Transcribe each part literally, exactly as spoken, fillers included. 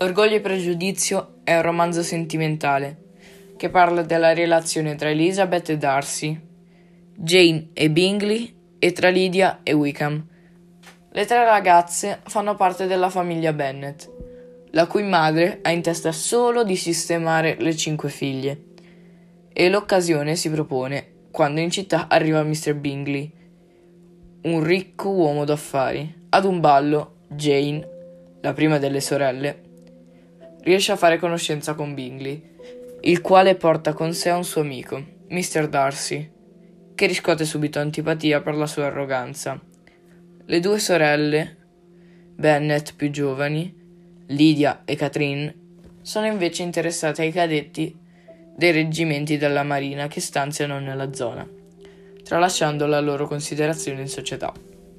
Orgoglio e pregiudizio è un romanzo sentimentale che parla della relazione tra Elizabeth e Darcy, Jane e Bingley e tra Lydia e Wickham. Le tre ragazze fanno parte della famiglia Bennet, la cui madre ha in testa solo di sistemare le cinque figlie, e l'occasione si propone quando in città arriva mister Bingley, un ricco uomo d'affari. Ad un ballo, Jane, la prima delle sorelle, riesce a fare conoscenza con Bingley, il quale porta con sé un suo amico, mister Darcy, che riscuote subito antipatia per la sua arroganza. Le due sorelle, Bennet più giovani, Lydia e Catherine, sono invece interessate ai cadetti dei reggimenti della marina che stanziano nella zona, tralasciando la loro considerazione in società.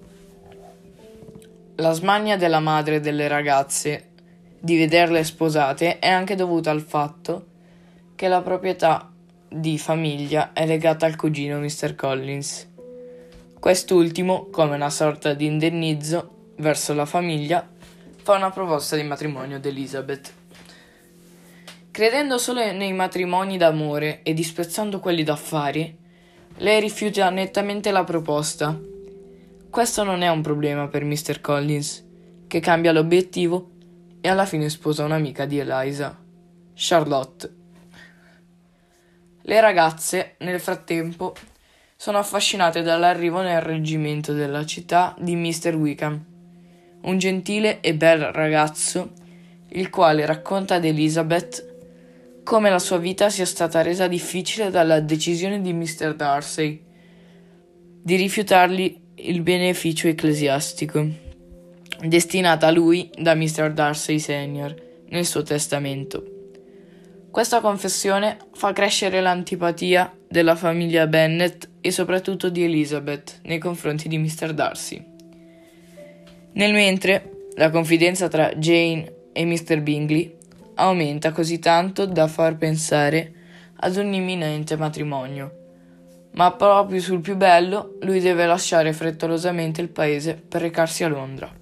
La smania della madre delle ragazze di vederle sposate è anche dovuta al fatto che la proprietà di famiglia è legata al cugino mister Collins. Quest'ultimo, come una sorta di indennizzo verso la famiglia, fa una proposta di matrimonio ad Elizabeth. Credendo solo nei matrimoni d'amore e disprezzando quelli d'affari, lei rifiuta nettamente la proposta. Questo non è un problema per mister Collins, che cambia l'obiettivo e alla fine sposa un'amica di Eliza, Charlotte. Le ragazze, nel frattempo, sono affascinate dall'arrivo nel reggimento della città di mister Wickham, un gentile e bel ragazzo, il quale racconta ad Elizabeth come la sua vita sia stata resa difficile dalla decisione di mister Darcy di rifiutargli il beneficio ecclesiastico, destinata a lui da mister Darcy senior nel suo testamento. Questa confessione fa crescere l'antipatia della famiglia Bennet e soprattutto di Elizabeth nei confronti di mister Darcy. Nel mentre, la confidenza tra Jane e mister Bingley aumenta così tanto da far pensare ad un imminente matrimonio, ma proprio sul più bello lui deve lasciare frettolosamente il paese per recarsi a Londra.